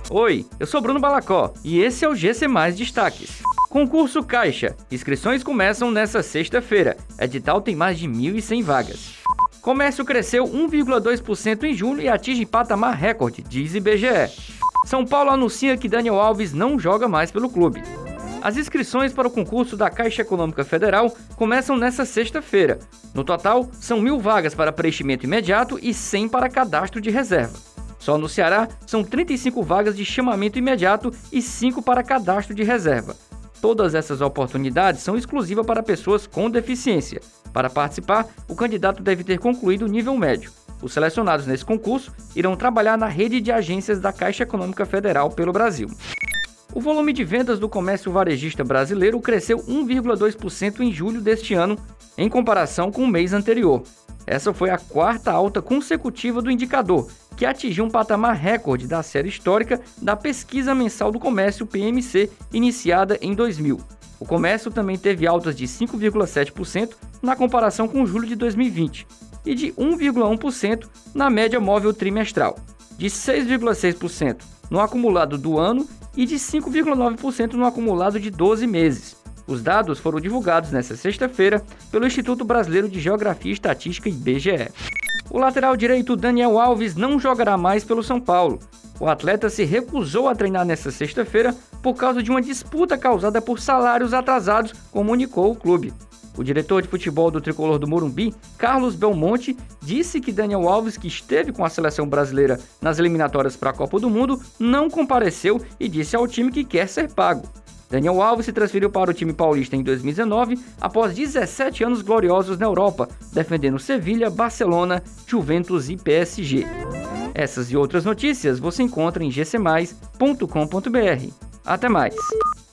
Oi, eu sou Bruno Balacó e esse é o GC Mais Destaques. Concurso Caixa. Inscrições começam nesta sexta-feira. Edital tem mais de 1.100 vagas. Comércio cresceu 1,2% em julho e atinge patamar recorde, diz IBGE. São Paulo anuncia que Daniel Alves não joga mais pelo clube. As inscrições para o concurso da Caixa Econômica Federal começam nesta sexta-feira. No total, são 1.000 vagas para preenchimento imediato e 100 para cadastro de reserva. Só no Ceará, são 35 vagas de chamamento imediato e 5 para cadastro de reserva. Todas essas oportunidades são exclusivas para pessoas com deficiência. Para participar, o candidato deve ter concluído o nível médio. Os selecionados nesse concurso irão trabalhar na rede de agências da Caixa Econômica Federal pelo Brasil. O volume de vendas do comércio varejista brasileiro cresceu 1,2% em julho deste ano, em comparação com o mês anterior. Essa foi a quarta alta consecutiva do indicador, que atingiu um patamar recorde da série histórica da Pesquisa Mensal do Comércio PMC, iniciada em 2000. O comércio também teve altas de 5,7% na comparação com julho de 2020 e de 1,1% na média móvel trimestral, de 6,6% no acumulado do ano e de 5,9% no acumulado de 12 meses. Os dados foram divulgados nesta sexta-feira pelo Instituto Brasileiro de Geografia e Estatística, IBGE. O lateral direito Daniel Alves não jogará mais pelo São Paulo. O atleta se recusou a treinar nesta sexta-feira por causa de uma disputa causada por salários atrasados, comunicou o clube. O diretor de futebol do tricolor do Morumbi, Carlos Belmonte, disse que Daniel Alves, que esteve com a seleção brasileira nas eliminatórias para a Copa do Mundo, não compareceu e disse ao time que quer ser pago. Daniel Alves se transferiu para o time paulista em 2019, após 17 anos gloriosos na Europa, defendendo Sevilha, Barcelona, Juventus e PSG. Essas e outras notícias você encontra em gcmais.com.br. Até mais!